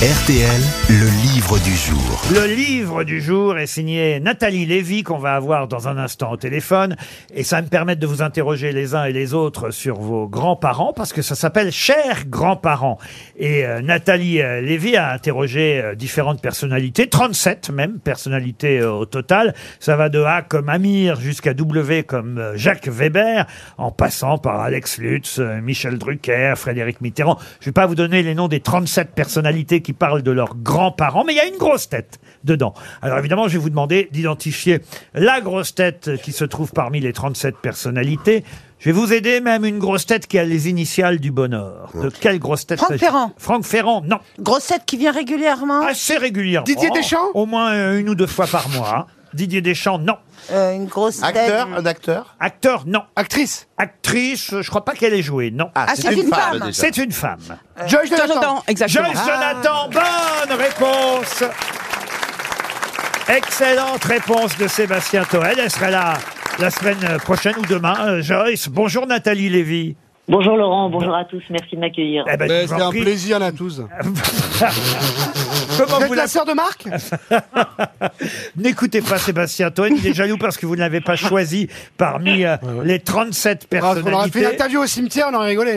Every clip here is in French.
RTL, le livre du jour. Le livre du jour est signé Nathalie Lévy, qu'on va avoir dans un instant au téléphone. Et ça va me permettre de vous interroger les uns et les autres sur vos grands-parents, parce que ça s'appelle Chers grands-parents. Et Nathalie Lévy a interrogé différentes personnalités, 37 même personnalités au total. Ça va de A comme Amir jusqu'à W comme Jacques Weber, en passant par Alex Lutz, Michel Drucker, Frédéric Mitterrand. Je ne vais pas vous donner les noms des 37 personnalités qui parlent de leurs grands-parents, mais il y a une grosse tête dedans. Alors évidemment, je vais vous demander d'identifier la grosse tête qui se trouve parmi les 37 personnalités. Je vais vous aider, même une grosse tête qui a les initiales du bonheur. De quelle grosse tête Franck Ferrand. Franck Ferrand, non. Grosse tête qui vient régulièrement. Assez régulièrement. Didier Deschamps. Au moins une ou deux fois par mois. Didier Deschamps, non. Une grosse Acteur, tête. un acteur. Acteur, non. Actrice. Actrice, je crois pas qu'elle ait joué, non. Ah, c'est une femme. déjà. C'est une femme. Joyce Jonathan. Exactement. Joyce Jonathan, bonne réponse. Excellente réponse de Sébastien Toen. Elle sera là la semaine prochaine ou demain. Joyce, bonjour Nathalie Lévy. Bonjour Laurent, bonjour à tous, merci de m'accueillir. Eh ben, je vous C'est en un prie. plaisir, la tous. Comment Vous vous êtes la la... sœur de Marc. N'écoutez pas Sébastien Toen, il est jaloux parce que vous ne l'avez pas choisi parmi les 37 On aurait fait personnalités. l'interview au cimetière, on aurait rigolé.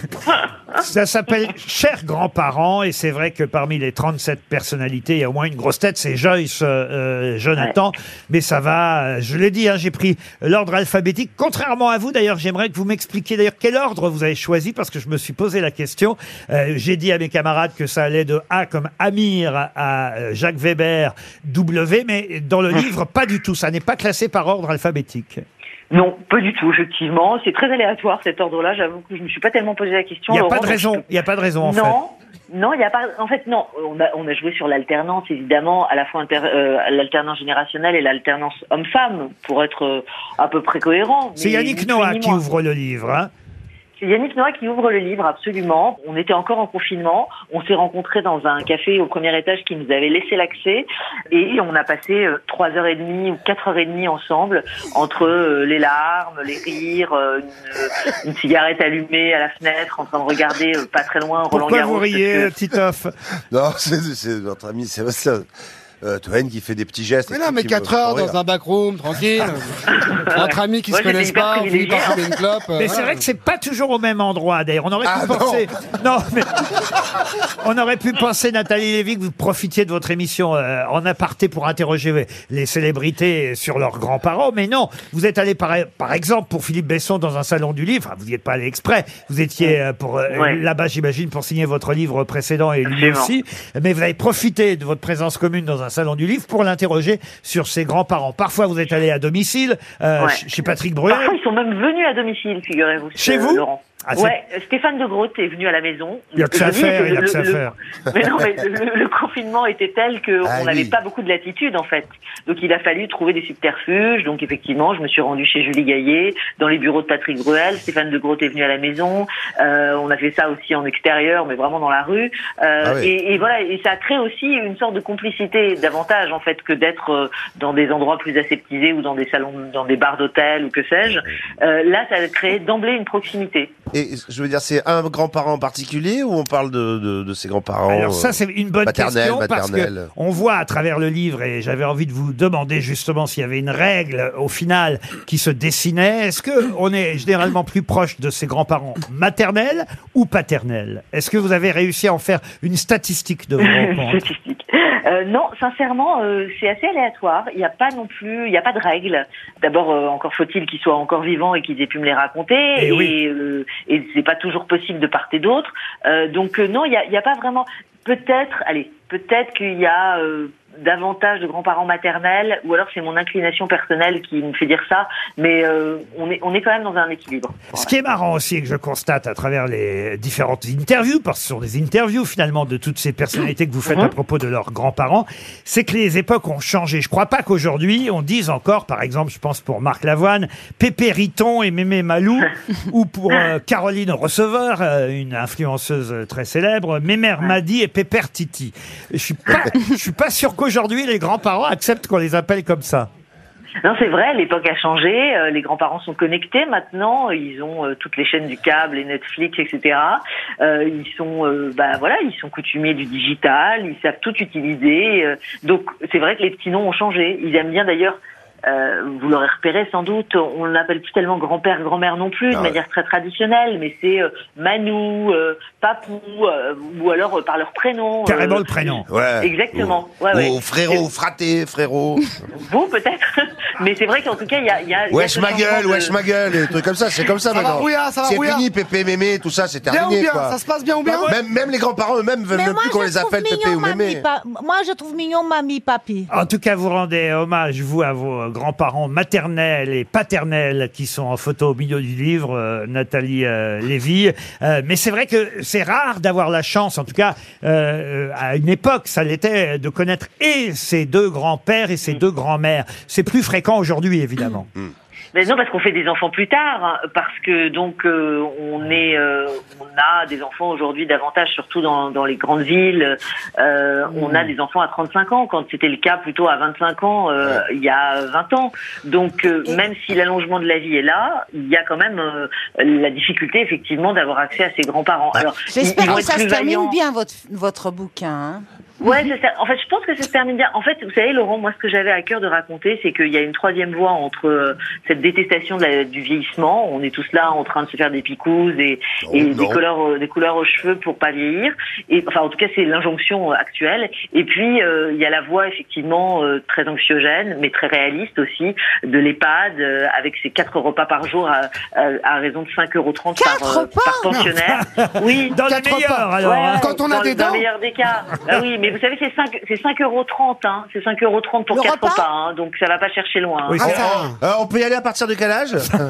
Ça s'appelle Chers grands-parents et c'est vrai que parmi les 37 personnalités, il y a au moins une grosse tête, c'est Joyce Jonathan. Mais ça va, je l'ai dit, hein, j'ai pris l'ordre alphabétique. Contrairement à vous, d'ailleurs, j'aimerais que vous m'expliquiez d'ailleurs quel ordre vous avez choisi parce que je me suis posé la question. J'ai dit à mes camarades que ça allait de A comme Amir à Jacques Weber, W, mais dans le livre, pas du tout. Ça n'est pas classé par ordre alphabétique. Non, pas du tout, effectivement. C'est très aléatoire cet ordre-là, j'avoue que je me suis pas tellement posé la question. Il n'y a Laurent, pas de raison. Il n'y a pas de raison en fait. Non, il y a pas. En fait, non. On a joué sur l'alternance, évidemment, à la fois l'alternance générationnelle et l'alternance homme-femme, pour être à peu près cohérent. C'est Mais Yannick ni Noah plus ni qui moins. ouvre le livre. Hein. C'est Yannick Noah qui ouvre le livre, absolument. On était encore en confinement. On s'est rencontrés dans un café au premier étage qui nous avait laissé l'accès. Et on a passé 3h30 ou 4h30 ensemble, entre les larmes, les rires, une cigarette allumée à la fenêtre, en train de regarder pas très loin Roland Pourquoi Garros. vous riez, parce que- Titoff? Non, c'est notre ami Sébastien Toen qui fait des petits gestes. Mais non, mais 4 heures dans un backroom, tranquille. Entre amis qui Moi, se j'étais connaissent hyper pas, on finit par privilégiée. fumer une clope. Mais c'est vrai que c'est pas toujours au même endroit. D'ailleurs, on aurait pu penser. Non, mais on aurait pu penser, Nathalie Lévy, que vous profitiez de votre émission en aparté pour interroger les célébrités sur leurs grands-parents. Mais non, vous êtes allé par exemple pour Philippe Besson dans un salon du livre. Enfin, vous n'y êtes pas allé exprès. Vous étiez là-bas, j'imagine, pour signer votre livre précédent et lui Absolument. aussi. Mais vous avez profité de votre présence commune dans un salon du livre pour l'interroger sur ses grands-parents. Parfois, vous êtes allé à domicile chez Patrick Bruel. Parfois, ils sont même venus à domicile, figurez-vous. Chez vous Laurent. Ah, c'est- Ouais, Stéphane de Groot est venu à la maison. Il y a que ça à Je dis faire, que il y a que ça à faire. Mais non, mais le confinement était tel qu'on Ah n'avait oui. pas beaucoup de latitude, en fait. Donc, il a fallu trouver des subterfuges. Donc, effectivement, je me suis rendue chez Julie Gaillet, dans les bureaux de Patrick Bruel. Stéphane de Groot est venu à la maison. On a fait ça aussi en extérieur, mais vraiment dans la rue. oui. Et voilà, et ça crée aussi une sorte de complicité davantage, en fait, que d'être dans des endroits plus aseptisés ou dans des salons, dans des bars d'hôtel ou que sais-je. Là, ça a créé d'emblée une proximité. Et je veux dire, c'est un grand-parent en particulier ou on parle de ses grands-parents Alors ça, c'est une bonne maternelle, question parce que maternelle. on voit à travers le livre, et j'avais envie de vous demander justement s'il y avait une règle au final qui se dessinait. Est-ce que on est généralement plus proche de ses grands-parents maternels ou paternels? Est-ce que vous avez réussi à en faire une statistique de vos rencontres? Statistique. Non, sincèrement, c'est assez aléatoire. Il n'y a pas non plus, il n'y a pas de règles. D'abord, encore faut-il qu'ils soient encore vivants et qu'ils aient pu me les raconter. Eh oui. Et c'est pas toujours possible de part et d'autre. Donc non, il y a pas vraiment. Peut-être qu'il y a davantage de grands-parents maternels, ou alors c'est mon inclination personnelle qui me fait dire ça, mais on est quand même dans un équilibre. Ce qui est marrant aussi, et que je constate à travers les différentes interviews, parce que ce sont des interviews finalement de toutes ces personnalités que vous faites à propos de leurs grands-parents, c'est que les époques ont changé. Je crois pas qu'aujourd'hui on dise encore, par exemple, je pense pour Marc Lavoine, Pépé Riton et Mémé Malou, ou pour Caroline Receveur, une influenceuse très célèbre, Mémère Madi et Pépère Titi. Je suis pas sûr qu'aujourd'hui les grands-parents acceptent qu'on les appelle comme ça. Non, c'est vrai, l'époque a changé. Les grands-parents sont connectés maintenant. Ils ont toutes les chaînes du câble, les Netflix, etc. Ils sont, ils sont coutumiers du digital. Ils savent tout utiliser. Donc, c'est vrai que les petits noms ont changé. Ils aiment bien d'ailleurs. Vous l'aurez repéré sans doute, on n'appelle plus tellement grand-père, grand-mère non plus, de manière très traditionnelle, mais c'est Manou, Papou, ou alors par leur prénom. Carrément le prénom. Ouais. Exactement. Ou frérot, fraté, frérot. Vous peut-être, mais c'est vrai qu'en tout cas il y a Wesh ma gueule, wesh ma gueule, des trucs comme ça, c'est comme ça Ça va, maintenant. Rouya, ça va, C'est Rouya. fini, Pépé, Mémé, tout ça, c'est Bien terminé ou bien? quoi. Ça se passe bien ou bien? Même les grands-parents eux-mêmes veulent même plus qu'on les appelle Pépé ou Mémé. Moi, je trouve mignon mamie, papi. En tout cas, vous rendez hommage, vous, à vos grands-parents maternels et paternels qui sont en photo au milieu du livre, Nathalie Lévy. Mais c'est vrai que c'est rare d'avoir la chance, en tout cas, à une époque, ça l'était, de connaître et ses deux grands-pères et ses deux grands-mères. C'est plus fréquent aujourd'hui, évidemment. Mais non, parce qu'on fait des enfants plus tard, hein, parce que donc on a des enfants aujourd'hui davantage, surtout dans les grandes villes. On a des enfants à 35 ans, quand c'était le cas plutôt à 25 ans il y a 20 ans. Donc même si l'allongement de la vie est là, il y a quand même la difficulté effectivement d'avoir accès à ses grands-parents. Alors, J'espère que ça se termine vaillants. bien, votre bouquin. Hein. Ouais, en fait, je pense que ça se termine bien. En fait, vous savez, Laurent, moi, ce que j'avais à cœur de raconter, c'est qu'il y a une troisième voie entre cette détestation du vieillissement. On est tous là en train de se faire des picousses et des couleurs aux cheveux pour pas vieillir. Et enfin, en tout cas, c'est l'injonction actuelle. Et puis, il y a la voie effectivement très anxiogène, mais très réaliste aussi, de l'EHPAD avec ses 4 repas par jour à raison de 5,30 € par pensionnaire. Oui, Dans les meilleurs, alors. Ouais, Hein. Quand on a des dans dents. le meilleur des cas. Ah oui, mais vous savez, c'est 5,30 €, hein. C'est 5,30 € pour Le 4 repas repas, hein. Donc ça va pas chercher loin. Hein. Oui, On peut y aller à partir de quel âge?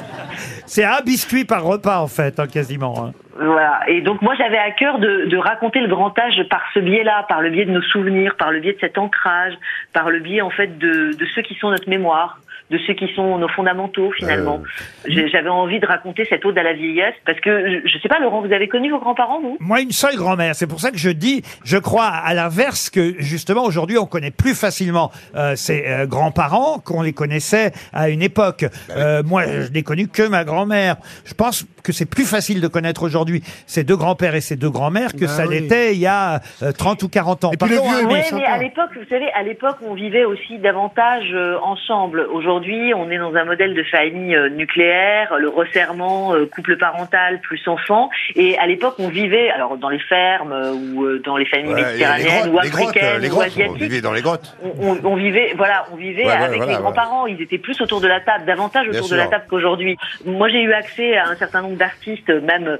c'est un biscuit par repas, en fait, hein, quasiment. Hein. Voilà. Et donc moi j'avais à cœur de raconter le grand âge par ce biais-là, par le biais de nos souvenirs, par le biais de cet ancrage, par le biais en fait de ceux qui sont notre mémoire, de ceux qui sont nos fondamentaux finalement. J'avais envie de raconter cette ode à la vieillesse parce que je sais pas, Laurent, vous avez connu vos grands-parents vous? Moi, une seule grand-mère. C'est pour ça que je dis, je crois à l'inverse que justement aujourd'hui, on connaît plus facilement ses grands-parents qu'on les connaissait à une époque. Moi, je n'ai connu que ma grand-mère. Je pense que c'est plus facile de connaître aujourd'hui ses deux grands-pères et ses deux grands-mères que ça l'était il y a 30 ou 40 ans. Et puis le Pardon, vieux, hein, Oui, mais mais à l'époque, vous savez, à l'époque, on vivait aussi davantage ensemble. Aujourd'hui, on est dans un modèle de famille nucléaire, le resserrement, couple parental plus enfant. Et à l'époque, on vivait, alors dans les fermes ou dans les familles méditerranéennes ou africaines ou asiatiques. On vivait dans les grottes. On vivait, avec les grands-parents. Ils étaient plus autour de la table, davantage autour de la table qu'aujourd'hui. Moi, j'ai eu accès à un certain nombre d'artistes, même,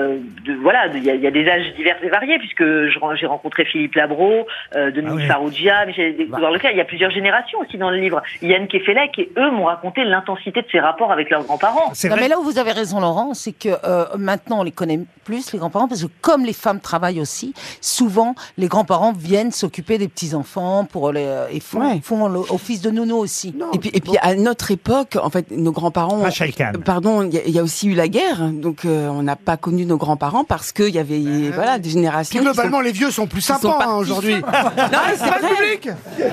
il y a des âges divers et variés, puisque j'ai rencontré Philippe Labro, Denis Farrugia, Michel Descoutures-Leclerc. Il y a plusieurs générations aussi dans le livre. Yann Kefelec, et eux m'ont raconté l'intensité de ces rapports avec leurs grands-parents. C'est Non, vrai. mais là où vous avez raison, Laurent, c'est que maintenant on les connaît plus, les grands-parents, parce que comme les femmes travaillent aussi, souvent les grands-parents viennent s'occuper des petits-enfants et font l'office de nounou aussi. Et puis à notre époque, en fait, nos grands-parents. Rachel Kahn. Pardon, il y a aussi eu la guerre, donc on n'a pas connu nos grands-parents parce qu'il y avait des générations. Puis globalement, les vieux sont plus sympas aujourd'hui. Non, mais c'est Pas vrai. le public.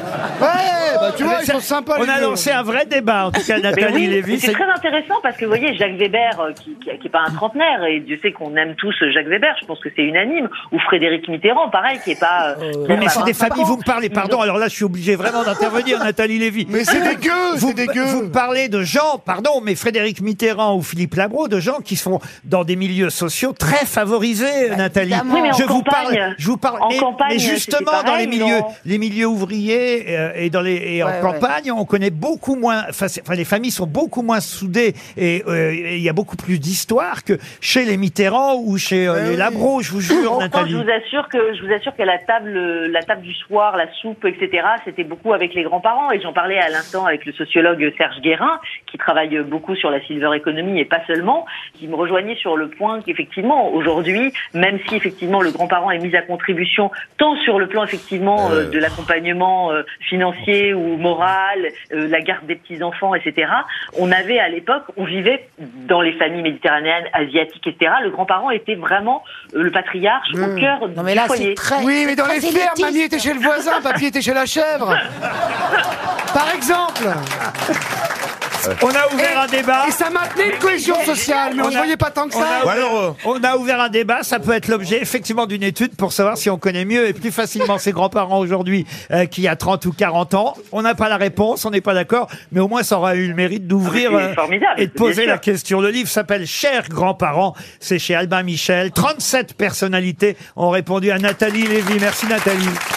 Tu vois, ils sont sympas. On les a vieux. lancé un vrai débat, en tout cas, Mais Nathalie oui, Lévy. c'est très intéressant parce que vous voyez Jacques Weber qui est pas un trentenaire et Dieu sait qu'on aime tous Jacques Weber, je pense que c'est unanime, ou Frédéric Mitterrand pareil qui est pas Oui, mais c'est des familles, vous me parlez, pardon, alors là je suis obligé vraiment d'intervenir, Nathalie Lévy. Mais c'est dégueu, Vous c'est dégueu. me parlez de gens, pardon, mais Frédéric Mitterrand ou Philippe Labro, de gens qui sont dans des milieux sociaux très favorisés, Nathalie. évidemment. Oui, mais en je vous campagne, parle, je vous parle, en mais, campagne, mais c'était justement pareil, dans non les milieux ouvriers et en campagne, on connaît beaucoup moins, enfin les familles sont beaucoup moins soudées et il y a beaucoup plus d'histoires que chez les Mitterrand ou chez les Labro, je vous jure, Pourtant, Nathalie. je vous assure qu'à la table du soir, la soupe, etc., c'était beaucoup avec les grands-parents. Et j'en parlais à l'instant avec le sociologue Serge Guérin, qui travaille beaucoup sur la silver economy et pas seulement, qui me rejoignait sur le point qu'effectivement, aujourd'hui, même si effectivement le grand-parent est mis à contribution, tant sur le plan effectivement de l'accompagnement financier ou moral, la garde des petits-enfants, etc., à l'époque, on vivait dans les familles méditerranéennes, asiatiques, etc., le grand-parent était vraiment le patriarche au cœur Non, mais du là, foyer. c'est très. Oui, mais dans très les fermes, élitiste. mamie était chez le voisin, papy était chez la chèvre. Par exemple. On a ouvert un débat. Et ça maintenait une cohésion sociale, mais on ne voyait pas tant que ça. On a ouvert un débat, ça peut être l'objet effectivement d'une étude pour savoir si on connaît mieux et plus facilement ses grands-parents aujourd'hui qu'il y a 30 ou 40 ans. On n'a pas la réponse, on n'est pas d'accord, mais au moins ça aura eu le mérite d'ouvrir et de poser la question. Le livre s'appelle Chers grands-parents, c'est chez Albin Michel. 37 personnalités ont répondu à Nathalie Lévy. Merci Nathalie.